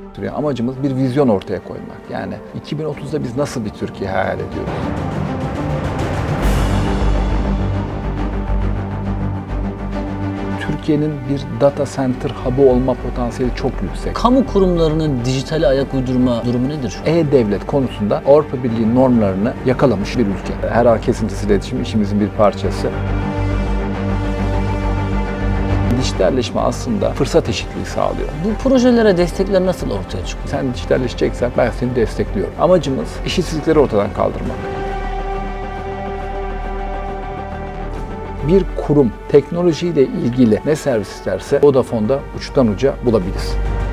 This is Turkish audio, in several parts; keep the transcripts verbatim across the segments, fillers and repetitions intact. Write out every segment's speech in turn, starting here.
Amacımız bir vizyon ortaya koymak. Yani iki bin otuzda biz nasıl bir Türkiye hayal ediyoruz? Türkiye'nin bir data center hub'ı olma potansiyeli çok yüksek. Kamu kurumlarının dijitale ayak uydurma durumu nedir şu an? E-Devlet konusunda Avrupa Birliği normlarını yakalamış bir ülke. Her an kesintisiz iletişim işimizin bir parçası. Dijitalleşme aslında fırsat eşitliği sağlıyor. Bu projelere destekler nasıl ortaya çıkıyor? Sen dijitalleşeceksen ben seni destekliyorum. Amacımız eşitsizlikleri ortadan kaldırmak. Bir kurum teknolojiyle ilgili ne servis isterse Vodafone'da uçtan uca bulabiliriz.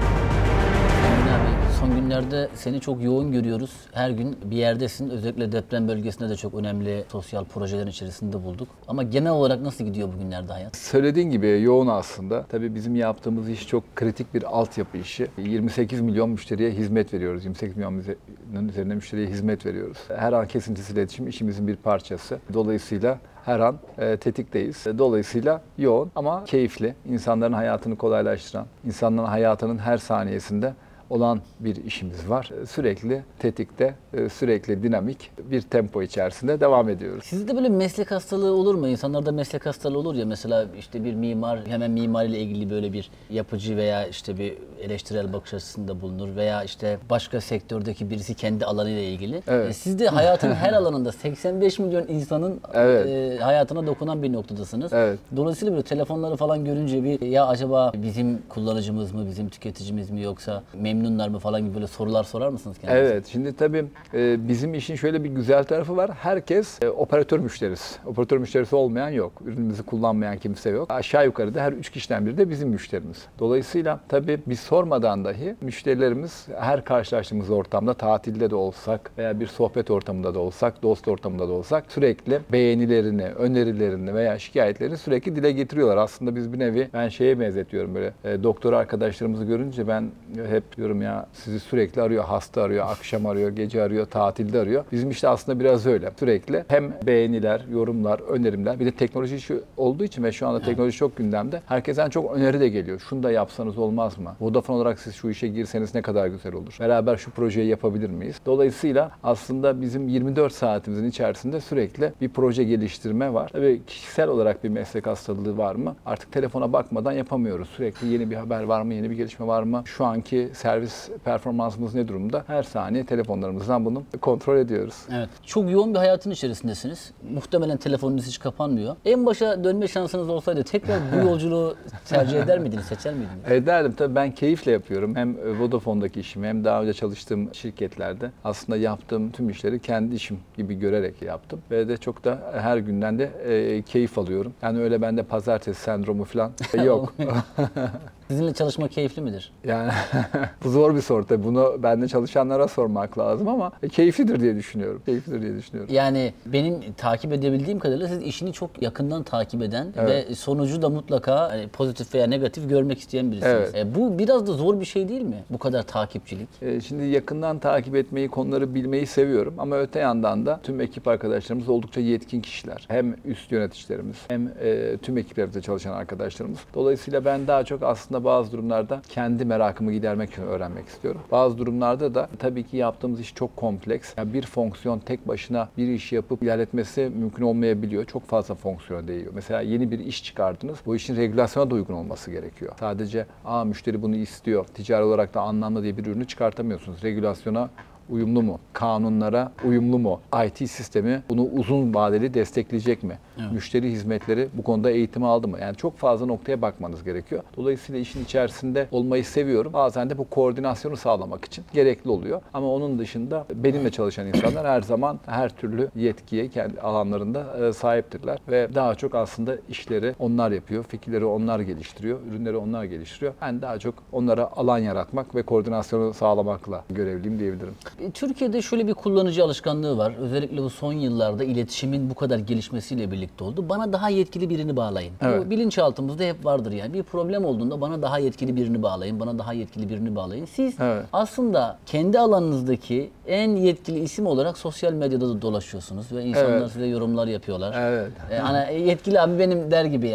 Son günlerde seni çok yoğun görüyoruz. Her gün bir yerdesin. Özellikle deprem bölgesinde de çok önemli sosyal projelerin içerisinde bulduk. Ama genel olarak nasıl gidiyor bugünlerde hayat? Söylediğin gibi yoğun aslında. Tabii bizim yaptığımız iş çok kritik bir altyapı işi. yirmi sekiz milyon müşteriye hizmet veriyoruz. yirmi sekiz milyonun üzerinde müşteriye hizmet veriyoruz. Her an kesintisiz iletişim işimizin bir parçası. Dolayısıyla her an e, tetikteyiz. Dolayısıyla yoğun ama keyifli. İnsanların hayatını kolaylaştıran, insanların hayatının her saniyesinde olan bir işimiz var. Sürekli tetikte, sürekli dinamik bir tempo içerisinde devam ediyoruz. Sizde böyle meslek hastalığı olur mu? İnsanlarda meslek hastalığı olur ya, mesela işte bir mimar hemen mimariyle ilgili böyle bir yapıcı veya işte bir eleştirel bakış açısında bulunur veya işte başka sektördeki birisi kendi alanıyla ilgili. Evet. Siz de hayatın her alanında seksen beş milyon insanın Evet. e, hayatına dokunan bir noktadasınız. Evet. Dolayısıyla böyle telefonları falan görünce bir ya acaba bizim kullanıcımız mı, bizim tüketicimiz mi, yoksa memnunlar mı falan gibi böyle sorular sorar mısınız kendinize? Evet, şimdi tabii e, bizim işin şöyle bir güzel tarafı var. Herkes e, operatör müşterisi. Operatör müşterisi olmayan yok. Ürünümüzü kullanmayan kimse yok. Aşağı yukarı da her üç kişiden biri de bizim müşterimiz. Dolayısıyla tabii biz sormadan dahi müşterilerimiz her karşılaştığımız ortamda, tatilde de olsak veya bir sohbet ortamında da olsak, dost ortamında da olsak sürekli beğenilerini, önerilerini veya şikayetlerini sürekli dile getiriyorlar. Aslında biz bir nevi, ben şeye benzetiyorum böyle, e, doktor arkadaşlarımızı görünce ben hep diyorum ya, sizi sürekli arıyor, hasta arıyor, akşam arıyor, gece arıyor, tatilde arıyor. Bizim işte aslında biraz öyle. Sürekli hem beğeniler, yorumlar, önerimler, bir de teknoloji işi olduğu için ve şu anda teknoloji çok gündemde. Herkesten çok öneri de geliyor. Şunu da yapsanız olmaz mı? Vodafone olarak siz şu işe girseniz ne kadar güzel olur. Beraber şu projeyi yapabilir miyiz? Dolayısıyla aslında bizim yirmi dört saatimizin içerisinde sürekli bir proje geliştirme var. Tabii kişisel olarak bir meslek hastalığı var mı? Artık telefona bakmadan yapamıyoruz. Sürekli yeni bir haber var mı? Yeni bir gelişme var mı? Şu anki servis performansımız ne durumda? Her saniye telefonlarımızdan bunu kontrol ediyoruz. Evet. Çok yoğun bir hayatın içerisindesiniz. Muhtemelen telefonunuz hiç kapanmıyor. En başa dönme şansınız olsaydı tekrar bu yolculuğu tercih eder miydiniz, seçer miydiniz? Ederdim. Tabii ben keyifle yapıyorum. Hem Vodafone'daki işimi hem daha önce çalıştığım şirketlerde aslında yaptığım tüm işleri kendi işim gibi görerek yaptım. Ve de çok da her günden de e, keyif alıyorum. Yani öyle bende pazartesi sendromu falan yok. Sizinle çalışma keyifli midir? Yani bu zor bir soru tabii. Bunu bende çalışanlara sormak lazım ama keyiflidir diye düşünüyorum. Keyiflidir diye düşünüyorum. Yani benim takip edebildiğim kadarıyla siz işini çok yakından takip eden Evet. ve sonucu da mutlaka hani pozitif veya negatif görmek isteyen birisiniz. Evet. E, bu biraz da zor bir şey değil mi? Bu kadar takipçilik. E, şimdi yakından takip etmeyi, konuları bilmeyi seviyorum ama öte yandan da tüm ekip arkadaşlarımız oldukça yetkin kişiler. Hem üst yöneticilerimiz hem e, tüm ekiplerimizde çalışan arkadaşlarımız. Dolayısıyla ben daha çok aslında bazı durumlarda kendi merakımı gidermek için öğrenmek istiyorum. Bazı durumlarda da tabii ki yaptığımız iş çok kompleks. Yani bir fonksiyon tek başına bir işi yapıp ilerletmesi mümkün olmayabiliyor. Çok fazla fonksiyona değiyor. Mesela yeni bir iş çıkardınız. Bu işin regülasyona da uygun olması gerekiyor. Sadece aa müşteri bunu istiyor, ticari olarak da anlamlı diye bir ürünü çıkartamıyorsunuz. Regülasyona uyumlu mu? Kanunlara uyumlu mu? I T sistemi bunu uzun vadeli destekleyecek mi? Evet. Müşteri hizmetleri bu konuda eğitimi aldı mı? Yani çok fazla noktaya bakmanız gerekiyor. Dolayısıyla işin içerisinde olmayı seviyorum. Bazen de bu koordinasyonu sağlamak için gerekli oluyor. Ama onun dışında benimle çalışan insanlar her zaman her türlü yetkiye kendi alanlarında sahiptirler. Ve daha çok aslında işleri onlar yapıyor, fikirleri onlar geliştiriyor, ürünleri onlar geliştiriyor. Ben daha çok onlara alan yaratmak ve koordinasyonu sağlamakla görevliyim diyebilirim. Türkiye'de şöyle bir kullanıcı alışkanlığı var. Özellikle bu son yıllarda iletişimin bu kadar gelişmesiyle birlikte oldu. Bana daha yetkili birini bağlayın. Evet. Bu bilinçaltımızda hep vardır yani. Bir problem olduğunda bana daha yetkili birini bağlayın, bana daha yetkili birini bağlayın. Siz Evet. aslında kendi alanınızdaki en yetkili isim olarak sosyal medyada da dolaşıyorsunuz ve insanlar Evet. size yorumlar yapıyorlar. Evet. Ee, hani yetkili abi benim der gibi yani.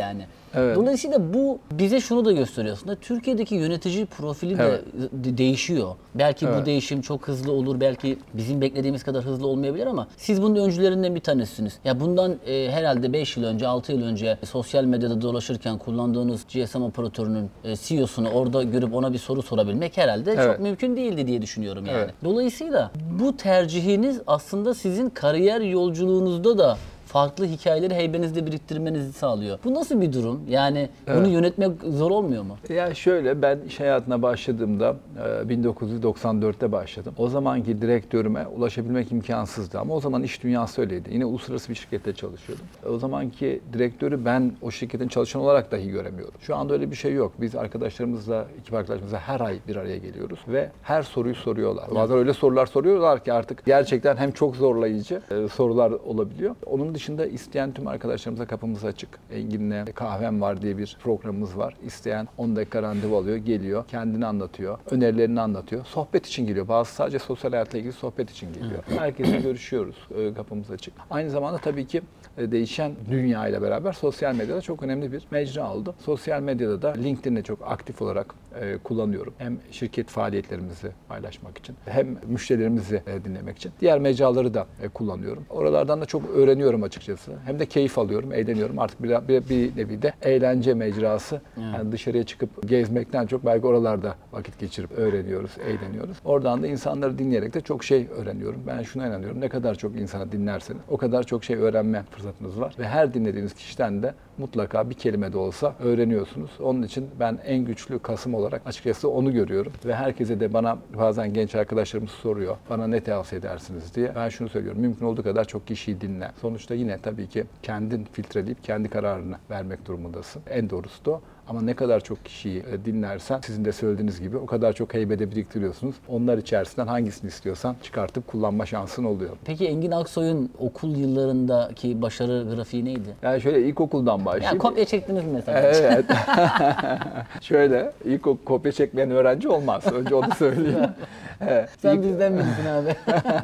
Evet. Dolayısıyla bu bize şunu da gösteriyor aslında. Türkiye'deki yönetici profili de Evet. de- değişiyor. Belki Evet. bu değişim çok hızlı olur, belki bizim beklediğimiz kadar hızlı olmayabilir ama siz bunun öncülerinden bir tanesiniz. Ya bundan e, herhalde beş yıl önce, altı yıl önce sosyal medyada dolaşırken kullandığınız G S M operatörünün e, C E O'sunu orada görüp ona bir soru sorabilmek herhalde Evet. çok mümkün değildi diye düşünüyorum yani. Evet. Dolayısıyla bu tercihiniz aslında sizin kariyer yolculuğunuzda da farklı hikayeleri heybenizde biriktirmenizi sağlıyor. Bu nasıl bir durum? Yani bunu Evet. yönetmek zor olmuyor mu? Ya şöyle, ben iş hayatına başladığımda e, bin dokuz yüz doksan dörtte başladım. O zamanki direktörüme ulaşabilmek imkansızdı ama o zaman iş dünyası öyleydi. Yine uluslararası bir şirkette çalışıyordum. O zamanki direktörü ben o şirketin çalışan olarak dahi göremiyordum. Şu anda öyle bir şey yok. Biz arkadaşlarımızla, ekip arkadaşlarımızla her ay bir araya geliyoruz ve her soruyu soruyorlar. Bazen öyle sorular soruyorlar ki artık gerçekten hem çok zorlayıcı e, sorular olabiliyor. Onun dışında isteyen tüm arkadaşlarımıza kapımız açık. Engin'le kahvem var diye bir programımız var. İsteyen on dakika randevu alıyor, geliyor, kendini anlatıyor, önerilerini anlatıyor. Sohbet için geliyor. Bazı sadece sosyal hayatla ilgili sohbet için geliyor. Herkesle görüşüyoruz. E, kapımız açık. Aynı zamanda tabii ki e, değişen dünya ile beraber sosyal medyada çok önemli bir mecra oldu. Sosyal medyada da LinkedIn'i çok aktif olarak e, kullanıyorum. Hem şirket faaliyetlerimizi paylaşmak için, hem müşterilerimizi e, dinlemek için. Diğer mecraları da e, kullanıyorum. Oralardan da çok öğreniyorum açıkçası. Hem de keyif alıyorum, eğleniyorum. Artık bir, bir, bir nevi de eğlence mecrası. Yani dışarıya çıkıp gezmekten çok belki oralarda vakit geçirip öğreniyoruz, eğleniyoruz. Oradan da insanları dinleyerek de çok şey öğreniyorum. Ben şuna inanıyorum. Ne kadar çok insana dinlerseniz o kadar çok şey öğrenme fırsatınız var. Ve her dinlediğiniz kişiden de mutlaka bir kelime de olsa öğreniyorsunuz. Onun için ben en güçlü kasım olarak açıkçası onu görüyorum. Ve herkese de, bana bazen genç arkadaşlarımız soruyor, bana ne tavsiye edersiniz diye. Ben şunu söylüyorum, mümkün olduğu kadar çok kişiyi dinle. Sonuçta yine tabii ki kendin filtreleyip kendi kararını vermek durumundasın. En doğrusu da o. Ama ne kadar çok kişiyi dinlersen, sizin de söylediğiniz gibi, o kadar çok heybede biriktiriyorsunuz. Onlar içerisinden hangisini istiyorsan çıkartıp kullanma şansın oluyor. Peki Engin Aksoy'un okul yıllarındaki başarı grafiği neydi? Yani şöyle ilkokuldan başlayayım. Ya kopya çektiniz mi mesela? Evet. Şöyle, ilk kopya çekmeyen öğrenci olmaz. Önce onu söyleyeyim. Evet. Sen İlk- bizden birisin abi.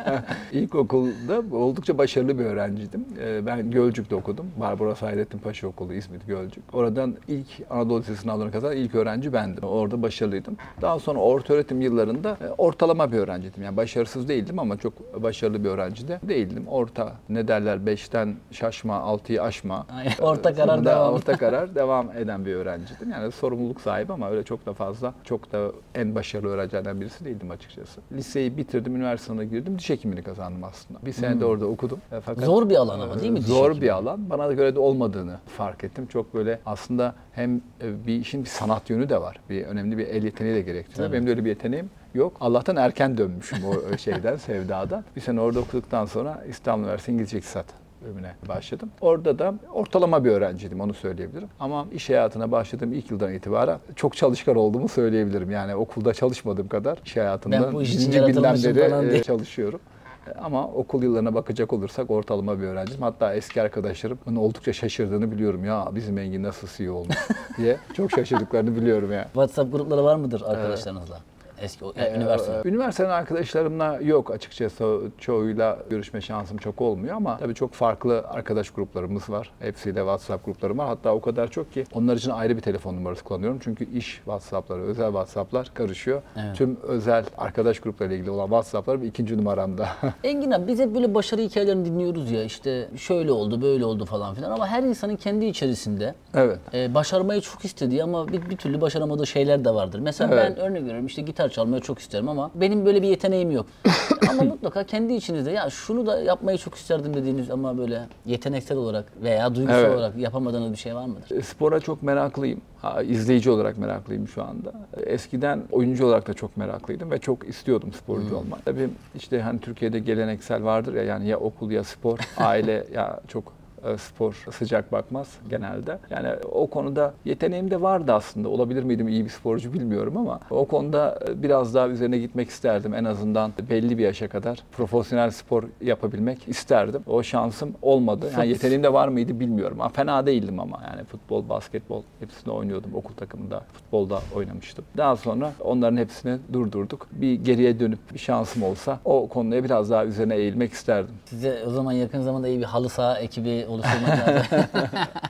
İlkokulda oldukça başarılı bir öğrenciydim. Ee, Ben Gölcük'te okudum. Barbaros Hayrettin Paşa Okulu, İzmit, Gölcük. Oradan ilk Anadolu Lisesi sınavlarına kadar ilk öğrenci bendim. Orada başarılıydım. Daha sonra ortaöğretim yıllarında e, ortalama bir öğrenciydim. Yani başarısız değildim ama çok başarılı bir öğrenci de değildim. Orta, ne derler, beşten şaşma, altıyı aşma. Aynen. Orta karar Sonunda devam. Orta karar devam eden bir öğrenciydim. Yani sorumluluk sahibi ama öyle çok da fazla, çok da en başarılı öğrencilerden birisi değildim açıkçası. Liseyi bitirdim, üniversite sınavına girdim. Diş hekimliğini kazandım aslında. Bir sene de orada okudum. E, Fakat Zor bir alan ama değil mi diş Zor hekimliği? bir alan. Bana göre de olmadığını fark ettim. Çok böyle aslında hem e, bir işin bir sanat yönü de var. Bir önemli bir el yeteneği de gerektiriyor. Tabii. Benim de öyle bir yeteneğim yok. Allah'tan erken dönmüşüm o şeyden, sevdadan. Bir sene orada okuduktan sonra İstanbul Üniversitesi İngilizce İktisat bölümüne başladım. Orada da ortalama bir öğrenciydim, onu söyleyebilirim. Ama iş hayatına başladığım ilk yıldan itibaren çok çalışkan olduğumu söyleyebilirim. Yani okulda çalışmadığım kadar iş hayatında Ben bu iş için birinci günden yaratılmışım beri falan e, diye. çalışıyorum. Ama okul yıllarına bakacak olursak ortalama bir öğrenciyim. Hatta eski arkadaşlarım bunu oldukça şaşırdığını biliyorum. Ya bizim Engin nasıl C E O olmuş diye çok şaşırdıklarını biliyorum yani. WhatsApp grupları var mıdır arkadaşlarınızla? Eski o- yani Ee, üniversite. Üniversiteden arkadaşlarımla yok açıkçası. Çoğuyla görüşme şansım çok olmuyor ama tabii çok farklı arkadaş gruplarımız var. Hepsiyle WhatsApp gruplarım var. Hatta o kadar çok ki onlar için ayrı bir telefon numarası kullanıyorum. Çünkü iş WhatsApp'ları, özel WhatsApp'lar karışıyor. Evet. Tüm özel arkadaş gruplarıyla ilgili olan WhatsApp'lar bir ikinci numaramda. Engin abi, biz hep böyle başarı hikayelerini dinliyoruz ya, işte şöyle oldu, böyle oldu falan filan ama her insanın kendi içerisinde Evet. e, başarmayı çok istediği ama bir, bir türlü başaramadığı şeyler de vardır. Mesela Evet. ben örnek veriyorum, işte gitar çalmayı çok isterim ama benim böyle bir yeteneğim yok. Ama mutlaka kendi içinizde ya şunu da yapmayı çok isterdim dediğiniz ama böyle yeteneksel olarak veya duygusal Evet. olarak yapamadığınız bir şey var mıdır? E, Spora çok meraklıyım. Ha, izleyici olarak meraklıyım şu anda. Eskiden oyuncu olarak da çok meraklıydım ve çok istiyordum sporcu olmak. Tabii işte hani Türkiye'de geleneksel vardır ya, yani ya okul ya spor, aile ya çok e, spor sıcak bakmaz genelde. Yani o konuda yeteneğim de vardı aslında. Olabilir miydim iyi bir sporcu bilmiyorum ama o konuda e, biraz daha üzerine gitmek isterdim. En azından belli bir yaşa kadar profesyonel spor yapabilmek isterdim. O şansım olmadı. Yani yeteneğim de var mıydı bilmiyorum. Ama fena değildim ama yani futbol, basketbol hepsini oynuyordum. Okul takımında futbolda oynamıştım. Daha sonra onların hepsini durdurduk. Bir geriye dönüp bir şansım olsa o konuya biraz daha üzerine eğilmek isterdim. Size o zaman yakın zamanda iyi bir halı saha ekibi oluşturmak lazım.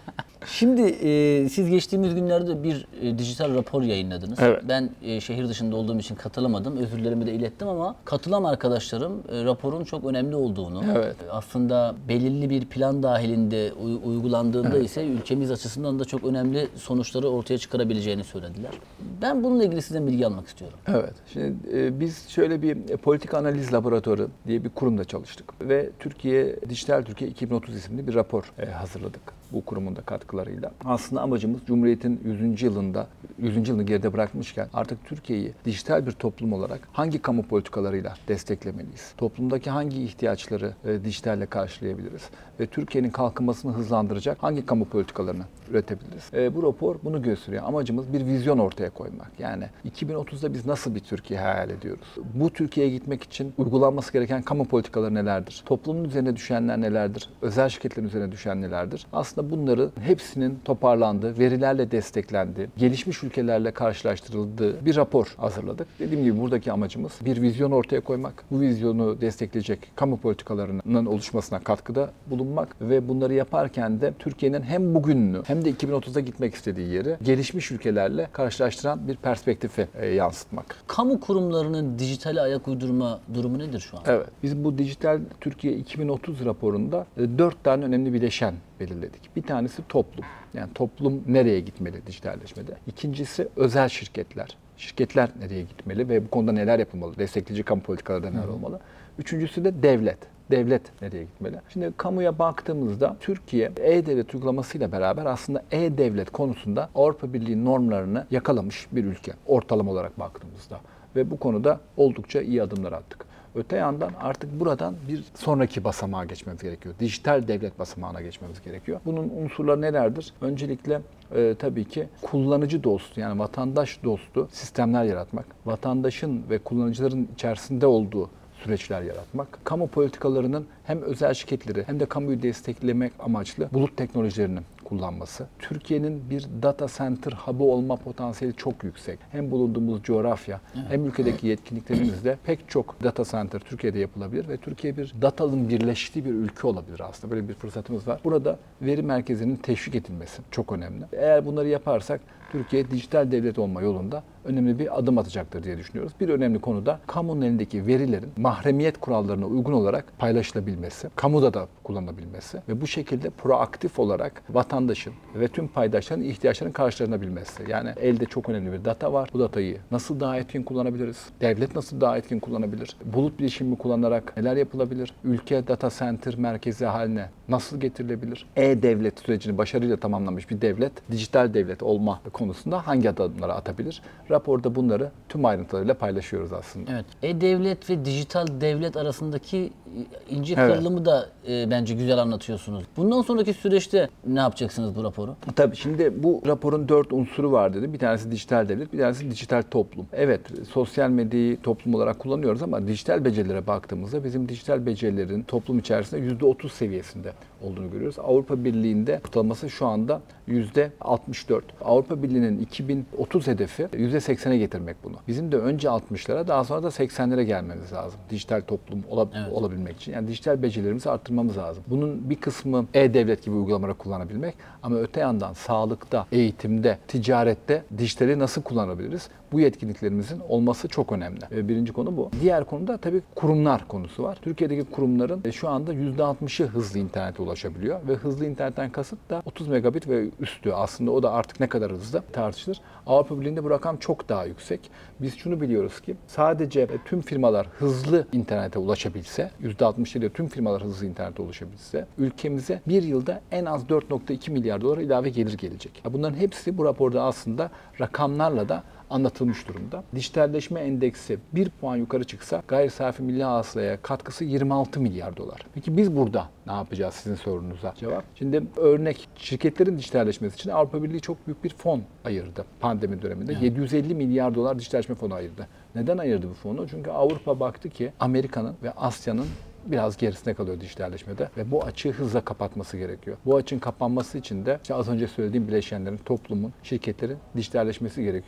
Şimdi e, siz geçtiğimiz günlerde bir e, dijital rapor yayınladınız. Evet. Ben e, şehir dışında olduğum için katılamadım. Özürlerimi de ilettim ama katılan arkadaşlarım e, raporun çok önemli olduğunu, Evet. e, aslında belirli bir plan dahilinde uy- uygulandığında Evet. ise ülkemiz açısından da çok önemli sonuçları ortaya çıkarabileceğini söylediler. Ben bununla ilgili sizden bilgi almak istiyorum. Evet. Şimdi e, biz şöyle bir e, politik analiz laboratuvarı diye bir kurumda çalıştık ve Türkiye Dijital Türkiye iki bin otuz isimli bir rapor e, hazırladık bu kurumun da katkılarıyla. Aslında amacımız Cumhuriyet'in yüzüncü yılında yüzüncü yılını geride bırakmışken artık Türkiye'yi dijital bir toplum olarak hangi kamu politikalarıyla desteklemeliyiz? Toplumdaki hangi ihtiyaçları e, dijitalle karşılayabiliriz? Ve Türkiye'nin kalkınmasını hızlandıracak hangi kamu politikalarını üretebiliriz? E, bu rapor bunu gösteriyor. Amacımız bir vizyon ortaya koymak. Yani iki bin otuzda biz nasıl bir Türkiye hayal ediyoruz? Bu Türkiye'ye gitmek için uygulanması gereken kamu politikaları nelerdir? Toplumun üzerine düşenler nelerdir? Özel şirketlerin üzerine düşen nelerdir? Aslında bunları hepsinin toparlandığı, verilerle desteklendiği, gelişmiş ülkelerle karşılaştırıldığı bir rapor hazırladık. Dediğim gibi buradaki amacımız bir vizyon ortaya koymak, bu vizyonu destekleyecek kamu politikalarının oluşmasına katkıda bulunmak ve bunları yaparken de Türkiye'nin hem bugününü hem de iki bin otuzda gitmek istediği yeri gelişmiş ülkelerle karşılaştıran bir perspektifi e, yansıtmak. Kamu kurumlarının dijitale ayak uydurma durumu nedir şu an? Evet. Biz bu Dijital Türkiye iki bin otuz raporunda e, dört tane önemli bileşen belirledik. Bir tanesi toplum. Yani toplum nereye gitmeli dijitalleşmede? İkincisi özel şirketler. Şirketler nereye gitmeli ve bu konuda neler yapılmalı? Destekleyici kamu politikaları da neler olmalı? Üçüncüsü de devlet. Devlet nereye gitmeli? Şimdi kamuya baktığımızda Türkiye e-devlet uygulamasıyla beraber aslında e-devlet konusunda Avrupa Birliği normlarını yakalamış bir ülke ortalama olarak baktığımızda. Ve bu konuda oldukça iyi adımlar attık. Öte yandan artık buradan bir sonraki basamağa geçmemiz gerekiyor. Dijital devlet basamağına geçmemiz gerekiyor. Bunun unsurları nelerdir? Öncelikle e, tabii ki kullanıcı dostu yani vatandaş dostu sistemler yaratmak. Vatandaşın ve kullanıcıların içerisinde olduğu süreçler yaratmak. Kamu politikalarının hem özel şirketleri hem de kamuyu desteklemek amaçlı bulut teknolojilerinin kullanması. Türkiye'nin bir data center hub'ı olma potansiyeli çok yüksek. Hem bulunduğumuz coğrafya hem ülkedeki yetkinliklerimizle pek çok data center Türkiye'de yapılabilir ve Türkiye bir datanın birleştiği bir ülke olabilir aslında. Böyle bir fırsatımız var. Burada veri merkezinin teşvik edilmesi çok önemli. Eğer bunları yaparsak Türkiye dijital devlet olma yolunda önemli bir adım atacaktır diye düşünüyoruz. Bir önemli konu da kamunun elindeki verilerin mahremiyet kurallarına uygun olarak paylaşılabilmesi, kamuda da kullanılabilmesi ve bu şekilde proaktif olarak vatandaşın ve tüm paydaşların ihtiyaçlarının karşılanabilmesi. Yani elde çok önemli bir data var. Bu datayı nasıl daha etkin kullanabiliriz? Devlet nasıl daha etkin kullanabilir? Bulut bilişimi kullanarak neler yapılabilir? Ülke data center merkezi haline nasıl getirilebilir? E-devlet sürecini başarıyla tamamlamış bir devlet, dijital devlet olma konusunda hangi adımları atabilir? Raporda bunları tüm ayrıntılarıyla paylaşıyoruz aslında. Evet. E-devlet ve dijital devlet arasındaki ince Evet. kırılımı da e, bence güzel anlatıyorsunuz. Bundan sonraki süreçte ne yapacaksınız bu raporu? Tabii şimdi bu raporun dört unsuru var dedim. Bir tanesi dijital devlet, bir tanesi dijital toplum. Evet, sosyal medyayı toplum olarak kullanıyoruz ama dijital becerilere baktığımızda bizim dijital becerilerin toplum içerisinde yüzde otuz seviyesinde olduğunu görüyoruz. Avrupa Birliği'nde ortalaması şu anda yüzde altmış dört. Avrupa Birliği'nin iki bin otuz hedefi yüzde seksene getirmek bunu. Bizim de önce altmışlara daha sonra da seksenlere gelmemiz lazım. Dijital toplum olab- Evet. olabilmek için. Yani dijital becerilerimizi arttırmamız lazım. Bunun bir kısmı e-devlet gibi uygulamaları kullanabilmek ama öte yandan sağlıkta, eğitimde, ticarette dijitali nasıl kullanabiliriz? Bu yetkinliklerimizin olması çok önemli. Birinci konu bu. Diğer konu da tabii kurumlar konusu var. Türkiye'deki kurumların şu anda yüzde altmışı hızlı internete ulaşabiliyor ve hızlı internetten kasıt da otuz megabit ve üstü. Aslında o da artık ne kadar hızlı tartışılır. Avrupa Birliği'nde bu rakam çok daha yüksek. Biz şunu biliyoruz ki sadece tüm firmalar hızlı internete ulaşabilse, yüzde altmış ile tüm firmalar hızlı internete ulaşabilse, ülkemize bir yılda en az dört nokta iki milyar dolar ilave gelir gelecek. Bunların hepsi bu raporda aslında rakamlarla da anlatılmış durumda. Dijitalleşme endeksi bir puan yukarı çıksa gayri safi milli hasılaya katkısı yirmi altı milyar dolar. Peki biz burada ne yapacağız sizin sorunuza cevap? Şimdi örnek şirketlerin dijitalleşmesi için Avrupa Birliği çok büyük bir fon ayırdı pandemi döneminde. Evet. yedi yüz elli milyar dolar dijitalleşme fonu ayırdı. Neden ayırdı bu fonu? Çünkü Avrupa baktı ki Amerika'nın ve Asya'nın biraz gerisine kalıyor dijitalleşmede ve bu açığı hızla kapatması gerekiyor. Bu açığın kapanması için de işte az önce söylediğim bileşenlerin, toplumun, şirketlerin dijitalleşmesi gerekiyor.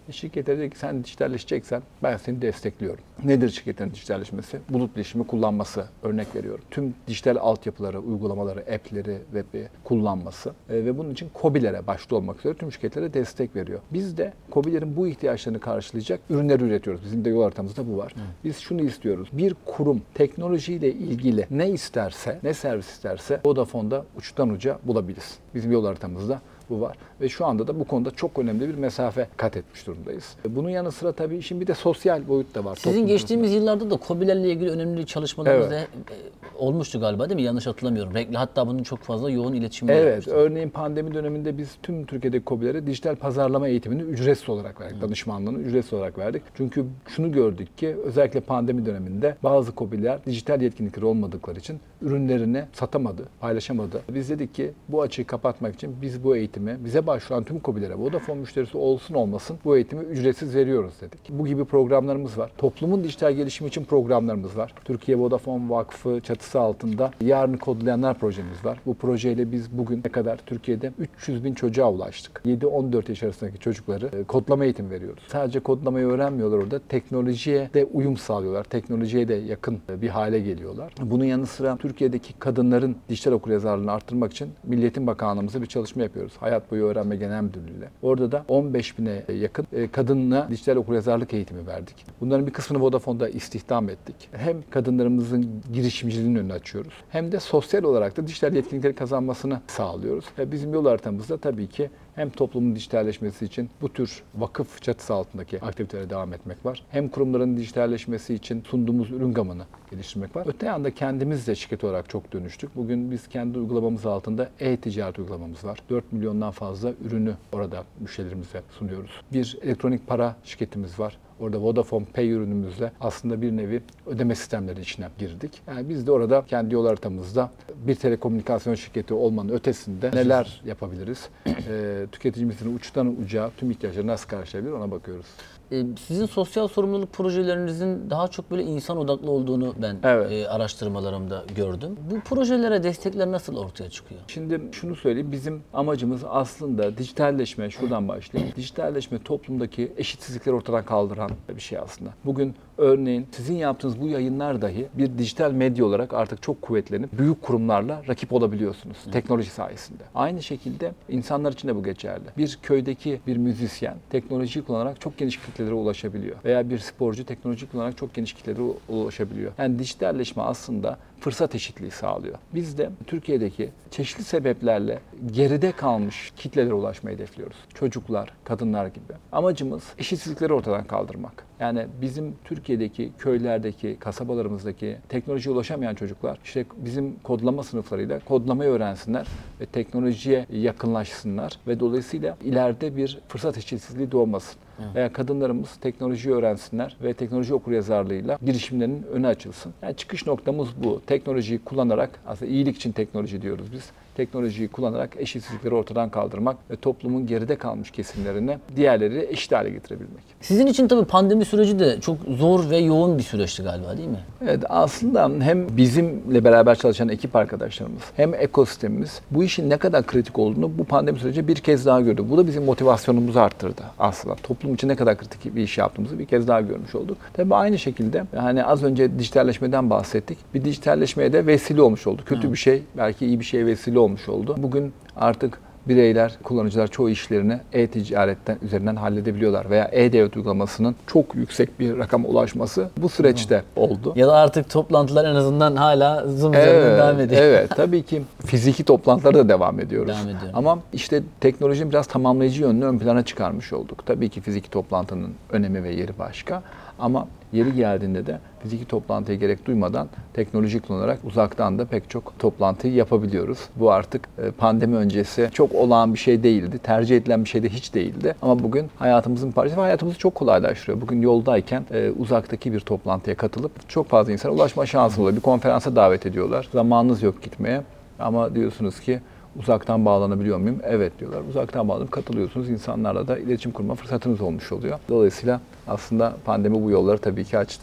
Şirketlere dedi ki sen dijitalleşeceksen ben seni destekliyorum. Nedir şirketlerin dijitalleşmesi? Bulut bilişimi kullanması, örnek veriyorum. Tüm dijital altyapıları, uygulamaları, app'leri, web'i kullanması e, ve bunun için KOBİ'lere başta olmak üzere tüm şirketlere destek veriyor. Biz de KOBİ'lerin bu ihtiyaçlarını karşılayacak ürünler üretiyoruz. Bizim de yol haritamızda bu var. Hı. Biz şunu istiyoruz. Bir kurum teknolojiyle ilgili ne isterse, ne servis isterse Vodafone'da uçtan uca bulabiliriz. Bizim yol haritamızda bu var. Ve şu anda da bu konuda çok önemli bir mesafe kat etmiş durumdayız. Bunun yanı sıra tabii işin bir de sosyal boyut da var. Sizin geçtiğimiz yıllarda da KOBİ'lerle ilgili önemli çalışmalarınız evet. da olmuştu galiba değil mi? Yanlış hatırlamıyorum. Hatta bunun çok fazla yoğun iletişimi Evet. yapmıştı. Örneğin pandemi döneminde biz tüm Türkiye'deki KOBİ'lere dijital pazarlama eğitimini ücretsiz olarak verdik. Hı. Danışmanlığını ücretsiz olarak verdik. Çünkü şunu gördük ki özellikle pandemi döneminde bazı KOBİ'ler dijital yetkinlikleri olmadıkları için ürünlerini satamadı, paylaşamadı. Biz dedik ki bu açığı kapatmak için biz bu eğitimi bize başvuran tüm KOBİ'lere Vodafone müşterisi olsun olmasın bu eğitimi ücretsiz veriyoruz dedik. Bu gibi programlarımız var. Toplumun dijital gelişimi için programlarımız var. Türkiye Vodafone Vakfı çatısı altında Yarını Kodlayanlar projemiz var. Bu projeyle biz bugüne kadar Türkiye'de üç yüz bin çocuğa ulaştık. yedi on dört yaş arasındaki çocukları kodlama eğitimi veriyoruz. Sadece kodlamayı öğrenmiyorlar orada. Teknolojiye de uyum sağlıyorlar. Teknolojiye de yakın bir hale geliyorlar. Bunun yanı sıra Türkiye'deki kadınların dijital okuryazarlığını arttırmak için Milli Eğitim Bakanlığımızla bir çalışma yapıyoruz. Hayat Boyu Öğrenme Genel Müdürlüğü'yle. Orada da on beş bine yakın kadınla dijital okuryazarlık eğitimi verdik. Bunların bir kısmını Vodafone'da istihdam ettik. Hem kadınlarımızın girişimciliğinin önünü açıyoruz. Hem de sosyal olarak da dijital yetkinlikleri kazanmasını sağlıyoruz. Ve bizim yol haritamızda tabii ki hem toplumun dijitalleşmesi için bu tür vakıf çatısı altındaki aktivitelere devam etmek var. Hem kurumların dijitalleşmesi için sunduğumuz ürün gamını geliştirmek var. Öte yanda kendimiz de şirket olarak çok dönüştük. Bugün biz kendi uygulamamız altında e-ticaret uygulamamız var. dört milyondan fazla ürünü orada müşterilerimize sunuyoruz. Bir elektronik para şirketimiz var. Orada Vodafone Pay ürünümüzle aslında bir nevi ödeme sistemleri içine girdik. Yani biz de orada kendi yol haritamızda bir telekomünikasyon şirketi olmanın ötesinde neler yapabiliriz? e, tüketicimizin uçtan uca tüm ihtiyaçları nasıl karşılayabilir ona bakıyoruz. Sizin sosyal sorumluluk projelerinizin daha çok böyle insan odaklı olduğunu ben evet. e, araştırmalarımda gördüm. Bu projelere destekler nasıl ortaya çıkıyor? Şimdi şunu söyleyeyim, bizim amacımız aslında dijitalleşme, şuradan başlayayım. Dijitalleşme toplumdaki eşitsizlikleri ortadan kaldıran bir şey aslında. Bugün örneğin sizin yaptığınız bu yayınlar dahi bir dijital medya olarak artık çok kuvvetlenip büyük kurumlarla rakip olabiliyorsunuz Hı. teknoloji sayesinde. Aynı şekilde insanlar için de bu geçerli. Bir köydeki bir müzisyen teknolojiyi kullanarak çok geniş kitlelere ulaşabiliyor. Veya bir sporcu teknoloji kullanarak çok geniş kitlelere ulaşabiliyor. Yani dijitalleşme aslında fırsat eşitliği sağlıyor. Biz de Türkiye'deki çeşitli sebeplerle geride kalmış kitlelere ulaşmayı hedefliyoruz. Çocuklar, kadınlar gibi. Amacımız eşitsizlikleri ortadan kaldırmak. Yani bizim Türkiye'deki köylerdeki, kasabalarımızdaki teknolojiye ulaşamayan çocuklar işte bizim kodlama sınıflarıyla kodlamayı öğrensinler ve teknolojiye yakınlaşsınlar ve dolayısıyla ileride bir fırsat eşitsizliği doğmasın. Evet. Veya kadınlarımız teknolojiyi öğrensinler ve teknoloji okuryazarlığıyla girişimlerinin önü açılsın. Yani çıkış noktamız bu. Teknolojiyi kullanarak, aslında iyilik için teknoloji diyoruz biz. Teknolojiyi kullanarak eşitsizlikleri ortadan kaldırmak ve toplumun geride kalmış kesimlerini diğerleri eşit hale getirebilmek. Sizin için tabii pandemi süreci de çok zor ve yoğun bir süreçti galiba değil mi? Evet, aslında hem bizimle beraber çalışan ekip arkadaşlarımız hem ekosistemimiz bu işin ne kadar kritik olduğunu bu pandemi süreci bir kez daha gördü. Bu da bizim motivasyonumuzu arttırdı aslında. Toplum için ne kadar kritik bir iş yaptığımızı bir kez daha görmüş olduk. Tabii aynı şekilde yani az önce dijitalleşmeden bahsettik. Bir dijitalleşmeye de vesile olmuş oldu. Kötü Hı. bir şey, belki iyi bir şeye vesile olmuş oldu. Bugün artık bireyler, kullanıcılar çoğu işlerini e-ticaretten üzerinden halledebiliyorlar veya e-devlet uygulamasının çok yüksek bir rakama ulaşması bu süreçte Hı. oldu. Ya da artık toplantılar en azından hala Zoom üzerinden evet, devam ediyor. Evet, tabii ki fiziki toplantılara da devam ediyoruz. Devam ediyorum. Ama işte teknolojinin biraz tamamlayıcı yönünü ön plana çıkarmış olduk. Tabii ki fiziki toplantının önemi ve yeri başka ama yeri geldiğinde de fiziki toplantıya gerek duymadan teknoloji kullanarak uzaktan da pek çok toplantıyı yapabiliyoruz. Bu artık pandemi öncesi çok olağan bir şey değildi. Tercih edilen bir şey de hiç değildi. Ama bugün hayatımızın parçası ve hayatımızı çok kolaylaştırıyor. Bugün yoldayken e, uzaktaki bir toplantıya katılıp çok fazla insana ulaşma şansınız oluyor. Bir konferansa davet ediyorlar. Zamanınız yok gitmeye ama diyorsunuz ki uzaktan bağlanabiliyor muyum? Evet diyorlar. Uzaktan bağlanıp katılıyorsunuz. İnsanlarla da iletişim kurma fırsatınız olmuş oluyor. Dolayısıyla aslında pandemi bu yolları tabii ki açtı.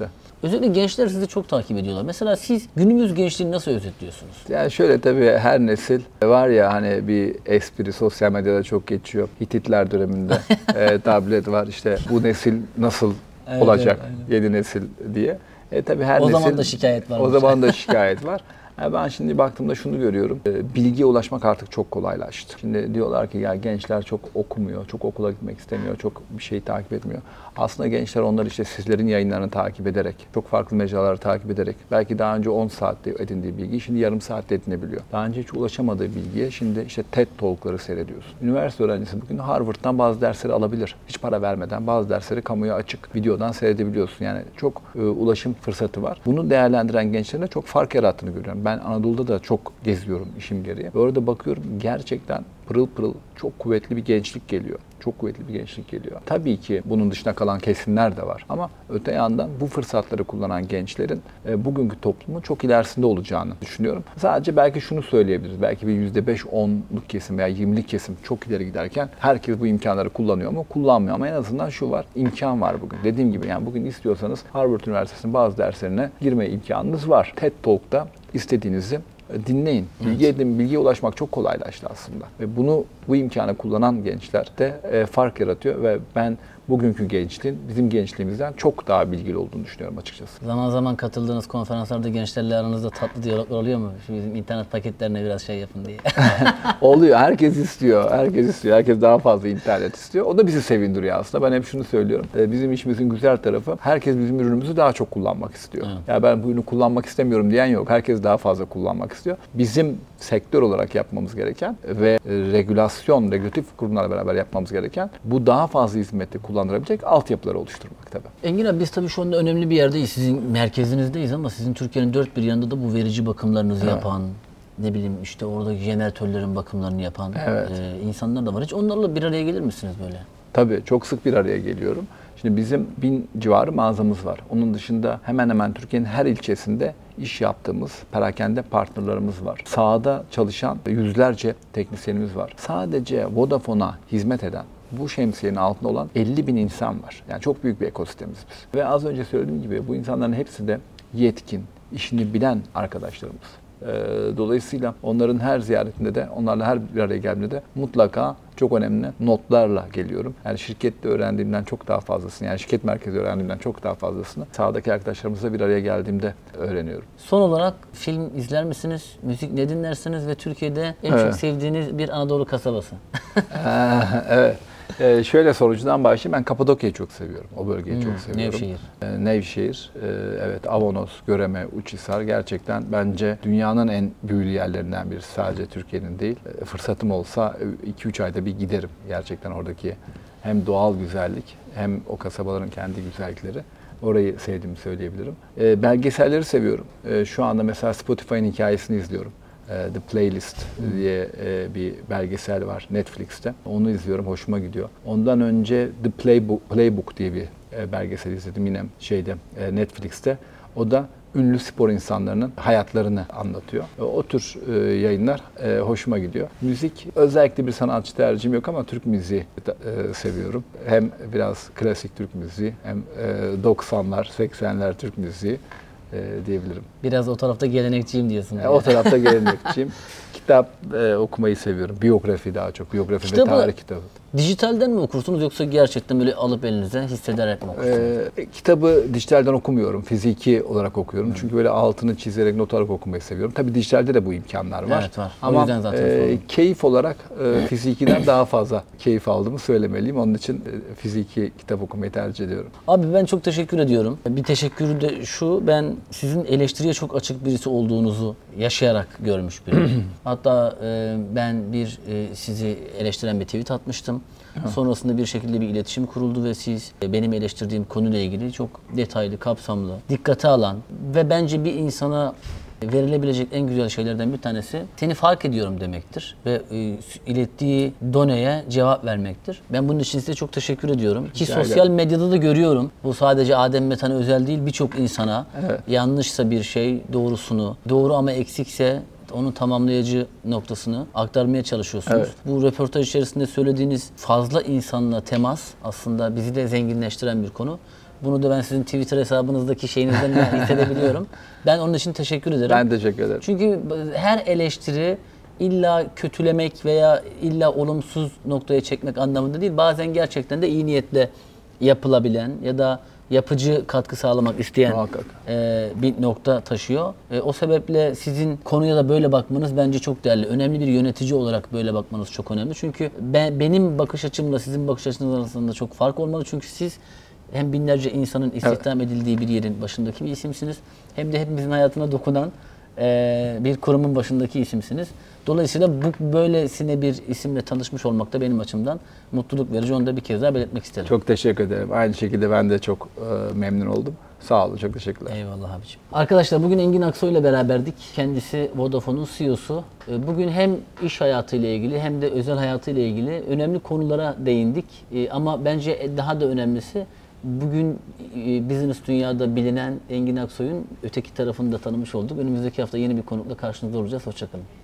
Özellikle gençler sizi çok takip ediyorlar. Mesela siz günümüz gençliğini nasıl özetliyorsunuz? Yani şöyle tabii her nesil var ya hani bir espri sosyal medyada çok geçiyor. Hititler döneminde e, tablet var işte bu nesil nasıl Evet, olacak evet, yeni nesil diye. E tabii her O nesil. zaman da şikayet var. O zaman da şikayet var. Yani ben şimdi baktığımda şunu görüyorum. e, Bilgiye ulaşmak artık çok kolaylaştı. Şimdi diyorlar ki ya gençler çok okumuyor, çok okula gitmek istemiyor, çok bir şey takip etmiyor. Aslında gençler onlar işte sizlerin yayınlarını takip ederek, çok farklı mecraları takip ederek, belki daha önce on saatte edindiği bilgiyi şimdi yarım saatte edinebiliyor. Daha önce hiç ulaşamadığı bilgiye şimdi işte TED Talk'ları seyrediyorsun. Üniversite öğrencisi bugün Harvard'dan bazı dersleri alabilir. Hiç para vermeden bazı dersleri kamuya açık videodan seyredebiliyorsun. Yani çok e, ulaşım fırsatı var. Bunu değerlendiren gençlerin de çok fark yarattığını görüyorum. Ben Anadolu'da da çok geziyorum işim gereği. Ve orada bakıyorum gerçekten pırıl pırıl çok kuvvetli bir gençlik geliyor. Çok kuvvetli bir gençlik geliyor. Tabii ki bunun dışında kalan kesimler de var. Ama öte yandan bu fırsatları kullanan gençlerin e, bugünkü toplumun çok ilerisinde olacağını düşünüyorum. Sadece belki şunu söyleyebiliriz. Belki bir yüzde beş onluk kesim veya yirmilik kesim çok ileri giderken herkes bu imkanları kullanıyor mu? Kullanmıyor ama en azından şu var. İmkan var bugün. Dediğim gibi yani bugün istiyorsanız Harvard Üniversitesi'nin bazı derslerine girme imkanınız var. TED Talk'ta istediğinizi dinleyin. Bilgi edin, bilgiye ulaşmak çok kolaylaştı aslında. Ve bunu, bu imkanı kullanan gençler de e, fark yaratıyor ve ben bugünkü gençliğin bizim gençliğimizden çok daha bilgili olduğunu düşünüyorum açıkçası. Zaman zaman katıldığınız konferanslarda gençlerle aranızda tatlı diyaloglar oluyor mu? Şu bizim internet paketlerine biraz şey yapın diye. Oluyor. Herkes istiyor. Herkes istiyor. Herkes daha fazla internet istiyor. O da bizi sevindiriyor aslında. Ben hep şunu söylüyorum. E, bizim işimizin güzel tarafı herkes bizim ürünümüzü daha çok kullanmak istiyor. Evet. Ya ben bu ürünü kullanmak istemiyorum diyen yok. Herkes daha fazla kullanmak istiyor. Bizim sektör olarak yapmamız gereken ve e, regülasyon, regülatif kurumlarla beraber yapmamız gereken bu daha fazla hizmeti kullandırabilecek altyapıları oluşturmak tabii. Engin abi biz tabii şu anda önemli bir yerdeyiz. Sizin merkezinizdeyiz ama sizin Türkiye'nin dört bir yanında da bu verici bakımlarınızı Evet. yapan, ne bileyim işte oradaki jeneratörlerin bakımlarını yapan Evet. e, insanlar da var. Hiç onlarla bir araya gelir misiniz böyle? Tabii çok sık bir araya geliyorum. Şimdi bizim bin civarı mağazamız var. Onun dışında hemen hemen Türkiye'nin her ilçesinde iş yaptığımız perakende partnerlerimiz var. Sahada çalışan yüzlerce teknisyenimiz var. Sadece Vodafone'a hizmet eden, bu şemsiyenin altında olan elli bin insan var. Yani çok büyük bir ekosistemiz biz. Ve az önce söylediğim gibi bu insanların hepsi de yetkin, işini bilen arkadaşlarımız. Dolayısıyla onların her ziyaretinde de, onlarla her bir araya geldiğimde de mutlaka çok önemli notlarla geliyorum. Yani şirkette öğrendiğimden çok daha fazlasını, yani şirket merkezi öğrendiğimden çok daha fazlasını sahadaki arkadaşlarımızla bir araya geldiğimde öğreniyorum. Son olarak film izler misiniz? Müzik ne dinlersiniz? Ve Türkiye'de en Evet. çok sevdiğiniz bir Anadolu kasabası? Ee, evet. Ee, şöyle sorucudan başlayayım. Ben Kapadokya'yı çok seviyorum. O bölgeyi Hmm, çok seviyorum. Nevşehir. Ee, Nevşehir, e, evet Avanos, Göreme, Uçhisar gerçekten bence dünyanın en büyülü yerlerinden birisi. Sadece Türkiye'nin değil. E, fırsatım olsa iki üç ayda bir giderim. Gerçekten oradaki hem doğal güzellik hem o kasabaların kendi güzellikleri. Orayı sevdiğimi söyleyebilirim. E, belgeselleri seviyorum. E, şu anda mesela Spotify'ın hikayesini izliyorum. The Playlist diye bir belgesel var Netflix'te. Onu izliyorum, hoşuma gidiyor. Ondan önce The Playbook, Playbook diye bir belgesel izledim yine şeyde Netflix'te. O da ünlü spor insanlarının hayatlarını anlatıyor. O tür yayınlar hoşuma gidiyor. Müzik, özellikle bir sanatçı tercihim yok ama Türk müziği seviyorum. Hem biraz klasik Türk müziği hem doksanlar, seksenler Türk müziği diyebilirim. Biraz o tarafta gelenekçiyim diyorsun. E, o tarafta gelenekçiyim. Kitap e, okumayı seviyorum. Biyografi daha çok. Biyografi Kitabı- ve tarih kitabı. Dijitalden mi okursunuz yoksa gerçekten böyle alıp elinize hissederek mi okursunuz? E, kitabı dijitalden okumuyorum. Fiziki olarak okuyorum. Hı. Çünkü böyle altını çizerek not alarak okumayı seviyorum. Tabii dijitalde de bu imkanlar var. Evet, var. O Ama yüzden zaten e, sordum. keyif olarak e, fizikiden daha fazla keyif aldığımı söylemeliyim. Onun için e, fiziki kitap okumayı tercih ediyorum. Abi ben çok teşekkür ediyorum. Bir teşekkürü de şu, ben sizin eleştiriye çok açık birisi olduğunuzu yaşayarak görmüş biriyim. Hatta e, ben bir e, sizi eleştiren bir tweet atmıştım. Sonrasında bir şekilde bir iletişim kuruldu ve siz e, benim eleştirdiğim konuyla ilgili çok detaylı, kapsamlı, dikkate alan ve bence bir insana verilebilecek en güzel şeylerden bir tanesi seni fark ediyorum demektir ve e, ilettiği doneye cevap vermektir. Ben bunun için size çok teşekkür ediyorum. Ki Rica sosyal ederim. medyada da görüyorum. Bu sadece Adem Metan'a özel değil, birçok insana Evet. yanlışsa bir şey doğrusunu, doğru ama eksikse onun tamamlayıcı noktasını aktarmaya çalışıyorsunuz. Evet. Bu röportaj içerisinde söylediğiniz fazla insanla temas aslında bizi de zenginleştiren bir konu. Bunu da ben sizin Twitter hesabınızdaki şeyinizden de hissedebiliyorum. Ben onun için teşekkür ederim. Ben teşekkür ederim. Çünkü her eleştiri illa kötülemek veya illa olumsuz noktaya çekmek anlamında değil. Bazen gerçekten de iyi niyetle yapılabilen ya da yapıcı katkı sağlamak isteyen e, bir nokta taşıyor. E, o sebeple sizin konuya da böyle bakmanız bence çok değerli. Önemli bir yönetici olarak böyle bakmanız çok önemli. Çünkü ben, benim bakış açımla sizin bakış açınız arasında çok fark olmalı. Çünkü siz hem binlerce insanın istihdam evet. edildiği bir yerin başındaki bir isimsiniz. Hem de hepimizin hayatına dokunan e, bir kurumun başındaki isimsiniz. Dolayısıyla bu böylesine bir isimle tanışmış olmak da benim açımdan mutluluk verici. Onu da bir kez daha belirtmek isterim. Çok teşekkür ederim. Aynı şekilde ben de çok e, memnun oldum. Sağ olun, çok teşekkürler. Eyvallah abiciğim. Arkadaşlar bugün Engin Aksoy ile beraberdik. Kendisi Vodafone'un C E O'su. Bugün hem iş hayatıyla ilgili hem de özel hayatıyla ilgili önemli konulara değindik. Ama bence daha da önemlisi bugün business dünyada bilinen Engin Aksoy'un öteki tarafını da tanımış olduk. Önümüzdeki hafta yeni bir konukla karşınızda olacağız. Hoşça kalın.